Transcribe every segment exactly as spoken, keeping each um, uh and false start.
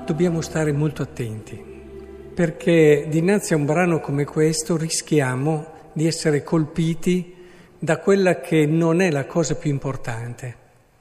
dobbiamo stare molto attenti, perché dinanzi a un brano come questo rischiamo di essere colpiti da quella che non è la cosa più importante.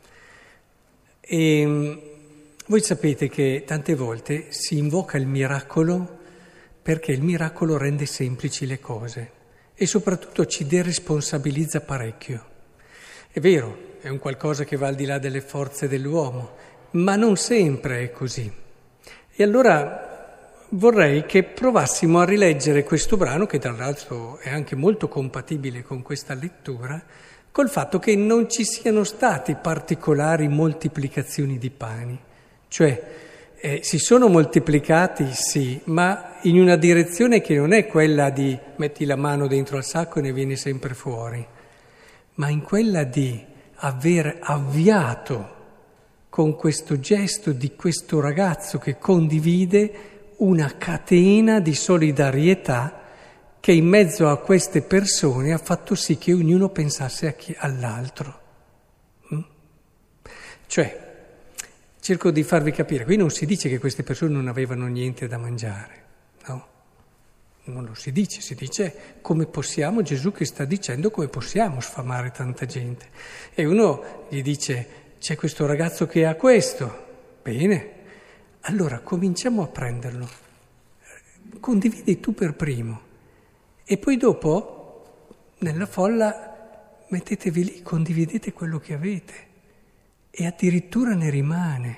E voi sapete che tante volte si invoca il miracolo perché il miracolo rende semplici le cose e soprattutto ci deresponsabilizza parecchio. È vero, è un qualcosa che va al di là delle forze dell'uomo, ma non sempre è così. E allora vorrei che provassimo a rileggere questo brano, che tra l'altro è anche molto compatibile con questa lettura, col fatto che non ci siano stati particolari moltiplicazioni di pani. Cioè, eh, si sono moltiplicati, sì, ma in una direzione che non è quella di metti la mano dentro al sacco e ne viene sempre fuori, ma in quella di aver avviato con questo gesto di questo ragazzo che condivide una catena di solidarietà che in mezzo a queste persone ha fatto sì che ognuno pensasse a chi, all'altro. Mm? Cioè, cerco di farvi capire, qui non si dice che queste persone non avevano niente da mangiare, no? Non lo si dice, si dice come possiamo, Gesù che sta dicendo come possiamo sfamare tanta gente. E uno gli dice, c'è questo ragazzo che ha questo, bene, allora cominciamo a prenderlo, condividi tu per primo e poi dopo nella folla mettetevi lì, condividete quello che avete e addirittura ne rimane.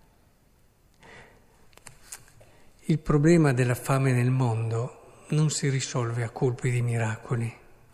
Il problema della fame nel mondo non si risolve a colpi di miracoli,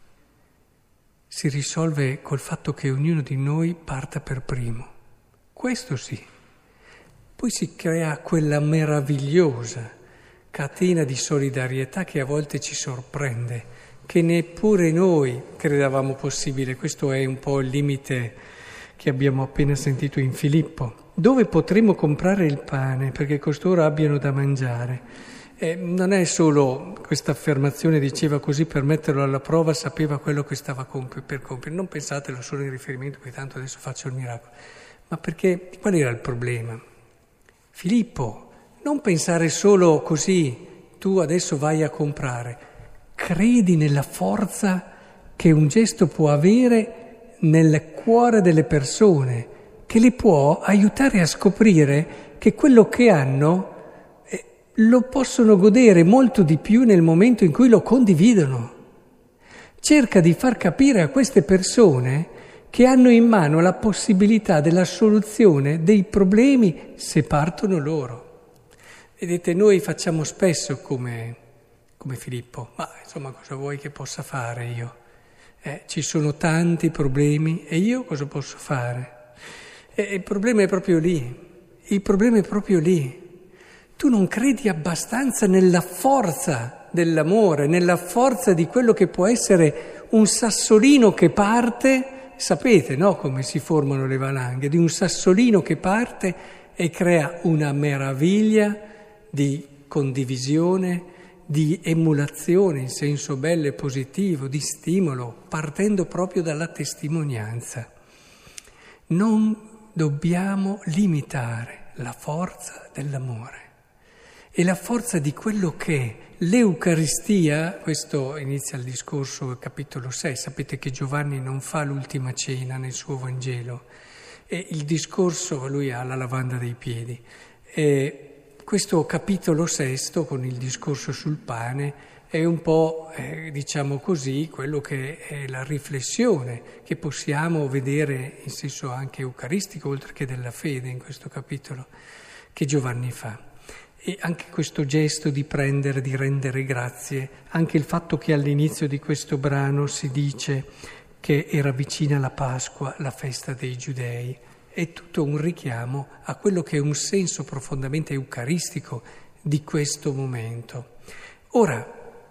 si risolve col fatto che ognuno di noi parta per primo. Questo sì. Poi si crea quella meravigliosa catena di solidarietà che a volte ci sorprende, che neppure noi credevamo possibile. Questo è un po' il limite che abbiamo appena sentito in Filippo. Dove potremo comprare il pane perché costoro abbiano da mangiare? Eh, non è solo questa affermazione, diceva così per metterlo alla prova, sapeva quello che stava compi- per compiere. Non pensatelo solo in riferimento che tanto adesso faccio il miracolo, ma perché qual era il problema? Filippo, non pensare solo così, tu adesso vai a comprare, credi nella forza che un gesto può avere nel cuore delle persone, che li può aiutare a scoprire che quello che hanno lo possono godere molto di più nel momento in cui lo condividono. Cerca di far capire a queste persone che hanno in mano la possibilità della soluzione dei problemi se partono loro. Vedete, noi facciamo spesso come, come Filippo, ma insomma cosa vuoi che possa fare io? Eh, ci sono tanti problemi e io cosa posso fare? E il problema è proprio lì, il problema è proprio lì. Tu non credi abbastanza nella forza dell'amore, nella forza di quello che può essere un sassolino che parte, sapete, no, come si formano le valanghe, di un sassolino che parte e crea una meraviglia di condivisione, di emulazione in senso bello e positivo, di stimolo, partendo proprio dalla testimonianza. Non dobbiamo limitare la forza dell'amore. E la forza di quello che l'Eucaristia, questo inizia il discorso capitolo sei, sapete che Giovanni non fa l'ultima cena nel suo Vangelo, e il discorso, lui ha la lavanda dei piedi, e questo capitolo sesto con il discorso sul pane è un po', eh, diciamo così, quello che è la riflessione che possiamo vedere in senso anche eucaristico, oltre che della fede in questo capitolo, che Giovanni fa. E anche questo gesto di prendere, di rendere grazie, anche il fatto che all'inizio di questo brano si dice che era vicina la Pasqua, la festa dei Giudei, è tutto un richiamo a quello che è un senso profondamente eucaristico di questo momento. Ora,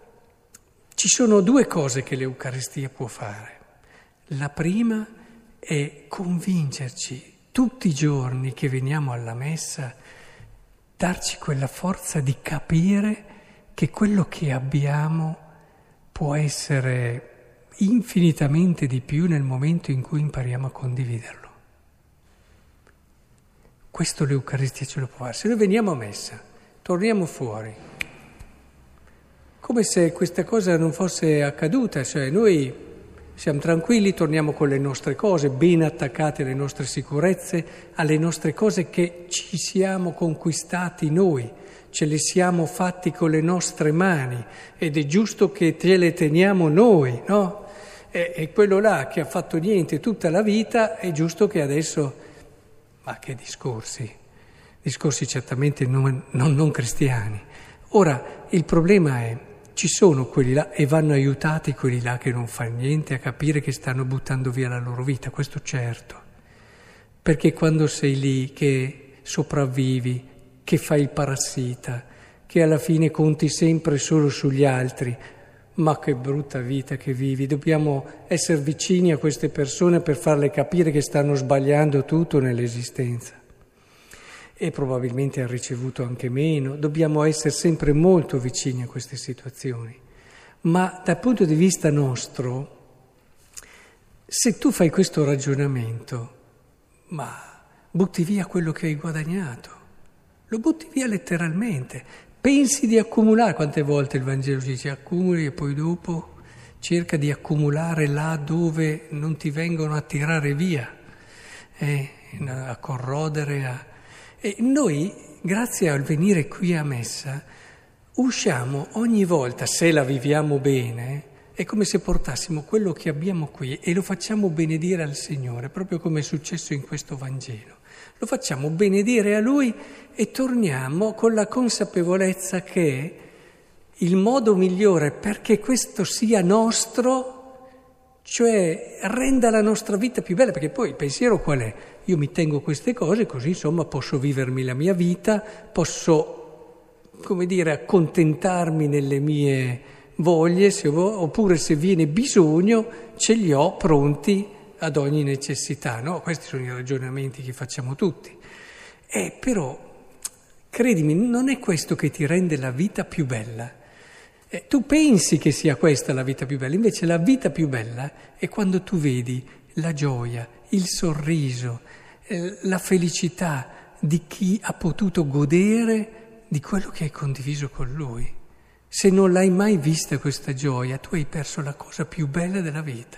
ci sono due cose che l'Eucaristia può fare. La prima è convincerci tutti i giorni che veniamo alla messa, darci quella forza di capire che quello che abbiamo può essere infinitamente di più nel momento in cui impariamo a condividerlo. Questo l'Eucaristia ce lo può fare. Se noi veniamo a messa, torniamo fuori, come se questa cosa non fosse accaduta, cioè noi siamo tranquilli, torniamo con le nostre cose, ben attaccate alle nostre sicurezze, alle nostre cose che ci siamo conquistati noi, ce le siamo fatti con le nostre mani ed è giusto che te le teniamo noi, no? E, e quello là che ha fatto niente tutta la vita è giusto che adesso... Ma che discorsi, discorsi certamente non, non, non cristiani. Ora, il problema è, ci sono quelli là e vanno aiutati quelli là che non fanno niente a capire che stanno buttando via la loro vita, questo certo. Perché quando sei lì che sopravvivi, che fai il parassita, che alla fine conti sempre solo sugli altri, ma che brutta vita che vivi, dobbiamo essere vicini a queste persone per farle capire che stanno sbagliando tutto nell'esistenza. E probabilmente hanno ricevuto anche meno, dobbiamo essere sempre molto vicini a queste situazioni. Ma dal punto di vista nostro, se tu fai questo ragionamento, ma butti via quello che hai guadagnato, lo butti via letteralmente. Pensi di accumulare, quante volte il Vangelo ci dice accumuli e poi dopo cerca di accumulare là dove non ti vengono a tirare via, eh, a corrodere. A... E noi, grazie al venire qui a messa, usciamo ogni volta, se la viviamo bene, è come se portassimo quello che abbiamo qui e lo facciamo benedire al Signore, proprio come è successo in questo Vangelo. Lo facciamo benedire a Lui e torniamo con la consapevolezza che il modo migliore perché questo sia nostro, cioè renda la nostra vita più bella, perché poi il pensiero qual è? Io mi tengo queste cose così insomma posso vivermi la mia vita, posso, come dire, accontentarmi nelle mie voglie, se ho, oppure se viene bisogno ce li ho pronti ad ogni necessità, no? Questi sono i ragionamenti che facciamo tutti. Eh, però, credimi, non è questo che ti rende la vita più bella. Eh, tu pensi che sia questa la vita più bella, invece la vita più bella è quando tu vedi la gioia, il sorriso, eh, la felicità di chi ha potuto godere di quello che hai condiviso con lui. Se non l'hai mai vista questa gioia, tu hai perso la cosa più bella della vita.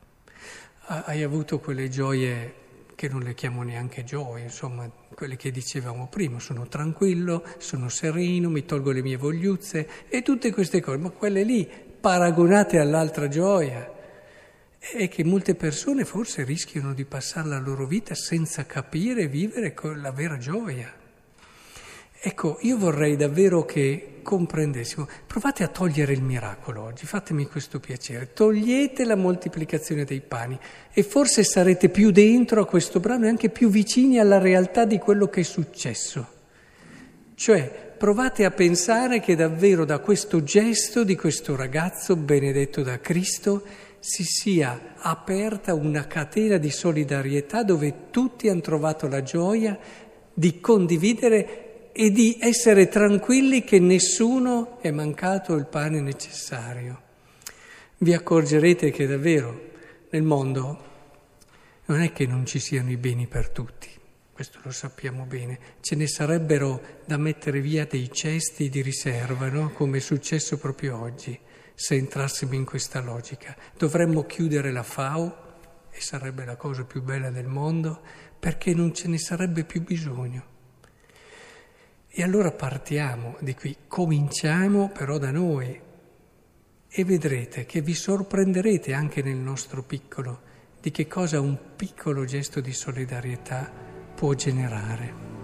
Hai avuto quelle gioie che non le chiamo neanche gioie, insomma, quelle che dicevamo prima, sono tranquillo, sono sereno, mi tolgo le mie vogliuzze e tutte queste cose, ma quelle lì paragonate all'altra gioia è che molte persone forse rischiano di passare la loro vita senza capire e vivere con la vera gioia. Ecco, io vorrei davvero che comprendessimo, provate a togliere il miracolo oggi, fatemi questo piacere, togliete la moltiplicazione dei pani e forse sarete più dentro a questo brano e anche più vicini alla realtà di quello che è successo. Cioè, provate a pensare che davvero da questo gesto di questo ragazzo benedetto da Cristo si sia aperta una catena di solidarietà dove tutti hanno trovato la gioia di condividere e di essere tranquilli che nessuno è mancato il pane necessario. Vi accorgerete che davvero nel mondo non è che non ci siano i beni per tutti, questo lo sappiamo bene, ce ne sarebbero da mettere via dei cesti di riserva, no? Come è successo proprio oggi, se entrassimo in questa logica. Dovremmo chiudere la FAO e sarebbe la cosa più bella del mondo perché non ce ne sarebbe più bisogno. E allora partiamo di qui, cominciamo però da noi e vedrete che vi sorprenderete anche nel nostro piccolo di che cosa un piccolo gesto di solidarietà può generare.